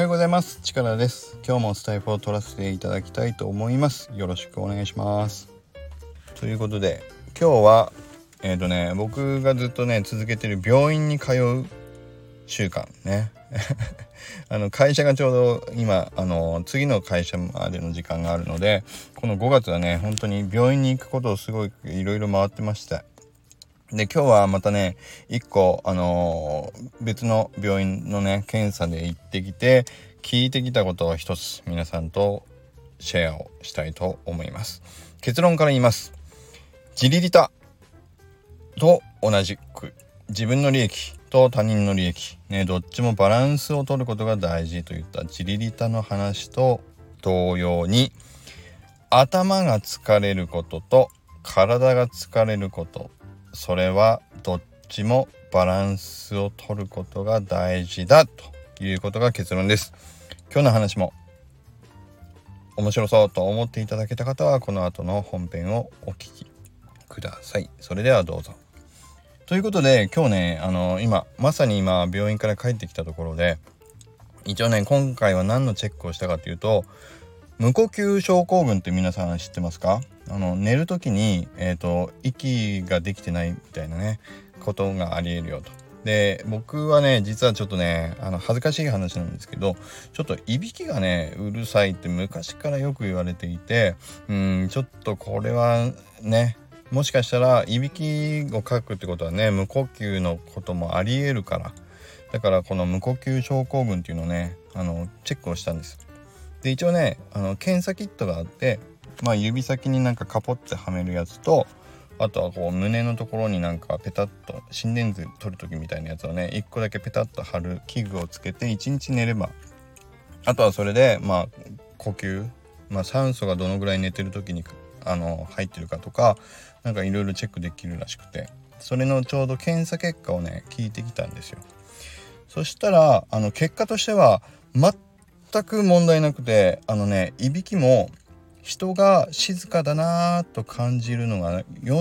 ようございます。チカラです。今日もスタイフを取らせていただきたいと思います。よろしくお願いします。ということで今日は僕がずっとね続けてる病院に通う習慣ね会社がちょうど今次の会社までの時間があるので、この5月はね本当に病院に行くことをすごいいろいろ回ってました。で今日はまたね1個別の病院のね検査で行ってきて聞いてきたことを一つ皆さんとシェアをしたいと思います。結論から言います。自利利他と同じく自分の利益と他人の利益ね、どっちもバランスを取ることが大事といった自利利他の話と同様に、頭が疲れることと体が疲れること、それはどっちもバランスを取ることが大事だということが結論です。今日の話も面白そうと思っていただけた方はこの後の本編をお聞きください。それではどうぞ。ということで今日ねまさに今病院から帰ってきたところで、一応ね今回は何のチェックをしたかというと、無呼吸症候群って皆さん知ってますか？寝る時に息ができてないみたいなねことがあり得るよと。で僕はね実はちょっとね恥ずかしい話なんですけど、ちょっといびきがねうるさいって昔からよく言われていて、ちょっとこれはねもしかしたらいびきをかくってことはね無呼吸のこともあり得るから、だからこの無呼吸症候群っていうのをねチェックをしたんです。で一応ね検査キットがあって、指先になんかカポってはめるやつと、あとはこう胸のところになんかペタッと心電図取る時みたいなやつをね1個だけペタッと貼る器具をつけて1日寝れば、あとはそれで呼吸、酸素がどのぐらい寝てる時に入ってるかとかなんかいろいろチェックできるらしくて、それのちょうど検査結果をね聞いてきたんですよ。そしたら結果としては全く問題なくて、いびきも人が静かだなと感じるのが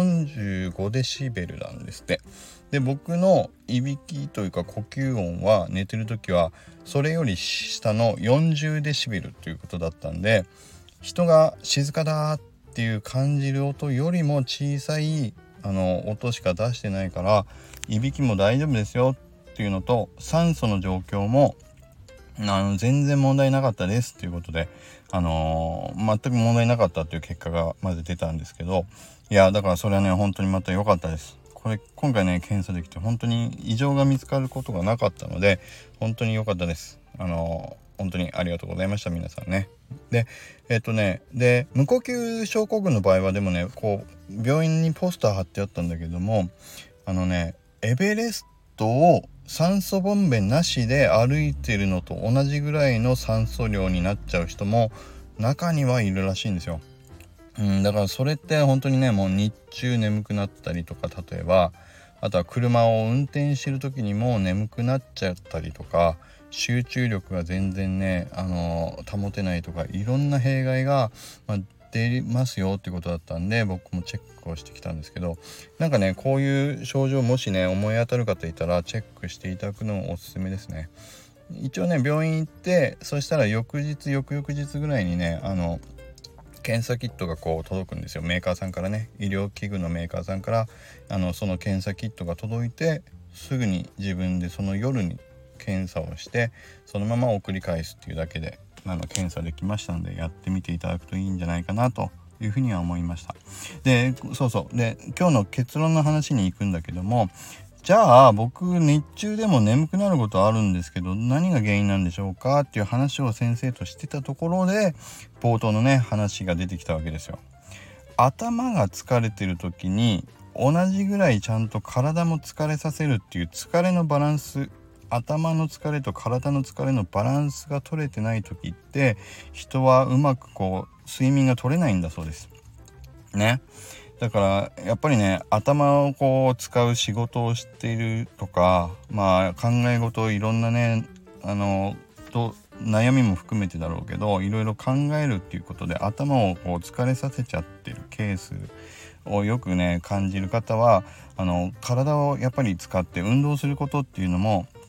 45デシベルなんですって。で僕のいびきというか呼吸音は寝てる時はそれより下の40デシベルということだったんで、人が静かだっていう感じる音よりも小さい音しか出してないから、いびきも大丈夫ですよっていうのと、酸素の状況も全然問題なかったですっていうことで、全く問題なかったっていう結果がまず出たんですけど、いやだからそれはね本当にまた良かったです。これ今回ね検査できて本当に異常が見つかることがなかったので本当に良かったです。本当にありがとうございました皆さんね。でで無呼吸症候群の場合はでもねこう病院にポスター貼ってあったんだけども、エベレストを酸素ボンベなしで歩いてるのと同じぐらいの酸素量になっちゃう人も中にはいるらしいんですよ。だからそれって本当にねもう日中眠くなったりとか、例えばあとは車を運転してる時にも眠くなっちゃったりとか、集中力が全然ね保てないとか、いろんな弊害が、出ますよっていうことだったんで僕もチェックをしてきたんですけど、なんかねこういう症状もしね思い当たる方いたらチェックしていただくのもおすすめですね。一応ね病院行って、そしたら翌々日ぐらいにね検査キットがこう届くんですよ。メーカーさんからね、医療器具のメーカーさんからその検査キットが届いて、すぐに自分でその夜に検査をしてそのまま送り返すっていうだけで検査できましたので、やってみていただくといいんじゃないかなというふうには思いました。でで今日の結論の話に行くんだけども、じゃあ僕日中でも眠くなることあるんですけど何が原因なんでしょうかっていう話を先生としてたところで、冒頭のね話が出てきたわけですよ。頭が疲れてる時に同じぐらいちゃんと体も疲れさせるっていう疲れのバランス、頭の疲れと体の疲れのバランスが取れてない時って人はうまく睡眠が取れないんだそうですね。だからやっぱりね頭を使う仕事をしているとか、考え事をいろんなね悩みも含めてだろうけどいろいろ考えるっていうことで頭を疲れさせちゃってるケースをよくね感じる方は体をやっぱり使って運動することっていうのも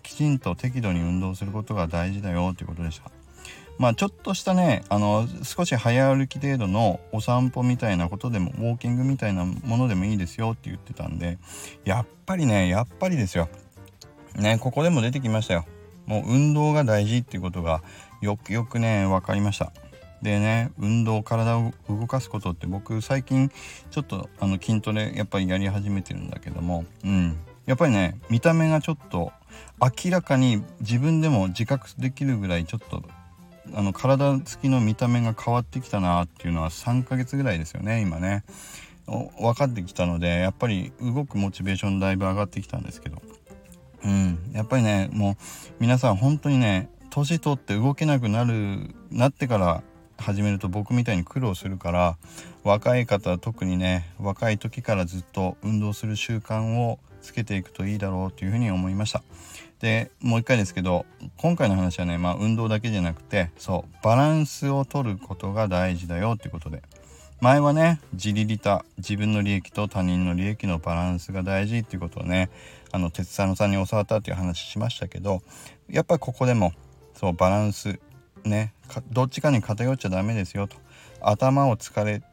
きちんと適度に運動することが大事だよということでした。ちょっとしたね少し早歩き程度のお散歩みたいなことでもウォーキングみたいなものでもいいですよって言ってたんで、やっぱりですよね、ここでも出てきましたよ。もう運動が大事っていうことがよくね分かりました。でね、運動、体を動かすことって僕最近ちょっと筋トレやっぱりやり始めてるんだけども、やっぱりね見た目がちょっと明らかに自分でも自覚できるぐらいちょっと体つきの見た目が変わってきたなっていうのは3ヶ月ぐらいですよね今ね分かってきたので、やっぱり動くモチベーションだいぶ上がってきたんですけど、やっぱりねもう皆さん本当にね年取って動けなくなってから始めると僕みたいに苦労するから、若い方は特にね若い時からずっと運動する習慣をつけていくといいだろうというふうに思いました。でもう一回ですけど、今回の話はね運動だけじゃなくてバランスを取ることが大事だよということで、前はね自利利他、自分の利益と他人の利益のバランスが大事っていうことをね鉄佐野さんに教わったっていう話しましたけど、やっぱりここでもバランスね、どっちかに偏っちゃダメですよと。頭の疲れ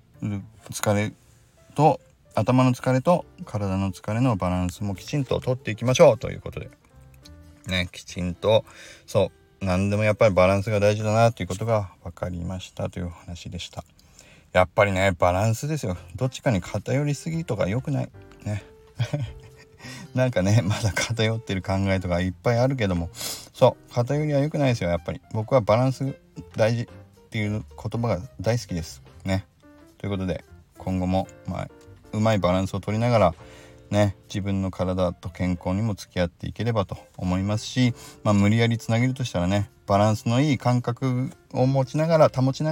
と体の疲れのバランスもきちんと取っていきましょうということでね、きちんと何でもやっぱりバランスが大事だなということが分かりましたというお話でした。やっぱりねバランスですよ。どっちかに偏りすぎとか良くないねなんかねまだ偏ってる考えとかいっぱいあるけども、偏りは良くないですよ。やっぱり僕はバランス大事っていう言葉が大好きですね。ということで今後もうまいバランスを取りながらね、自分の体と健康にも付き合っていければと思いますし、無理やりつなげるとしたらねバランスのいい感覚を保ちながら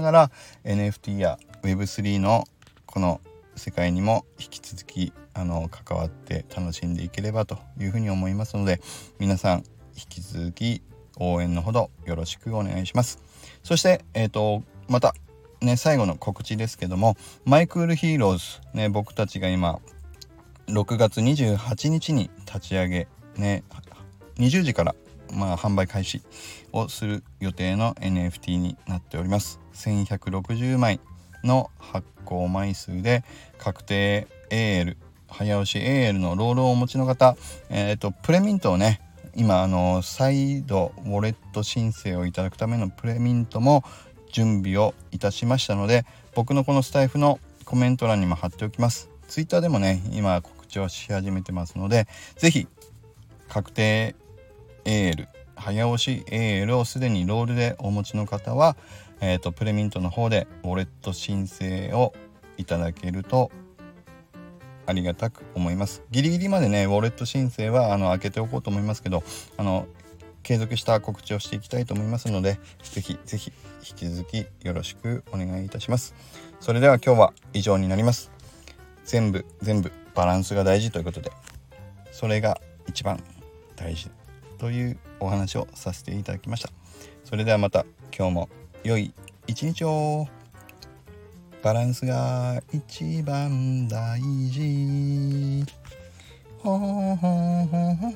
NFT や Web3 のこの世界にも引き続き関わって楽しんでいければというふうに思いますので、皆さん引き続き応援のほどよろしくお願いします。そしてまたね最後の告知ですけども、マイクールヒーローズね、僕たちが今6月28日に立ち上げね20時から販売開始をする予定の NFT になっております。1160枚の発行枚数で確定 AL 早押し AL のロールをお持ちの方、プレミントをね今再度ウォレット申請をいただくためのプレミントも準備をいたしましたので、僕のこのスタイフのコメント欄にも貼っておきます。ツイッターでもね今告知をし始めてますので、ぜひ確定 AL 早押し AL をすでにロールでお持ちの方は、プレミントの方でウォレット申請をいただけるとありがたく思います。ギリギリまでねウォレット申請は開けておこうと思いますけど、継続した告知をしていきたいと思いますので、ぜひ引き続きよろしくお願いいたします。それでは今日は以上になります。全部バランスが大事ということで、それが一番大事というお話をさせていただきました。それではまた今日も良い一日を。バランスが一番大事。ほほほほほ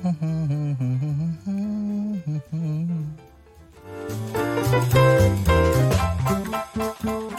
ほほほ。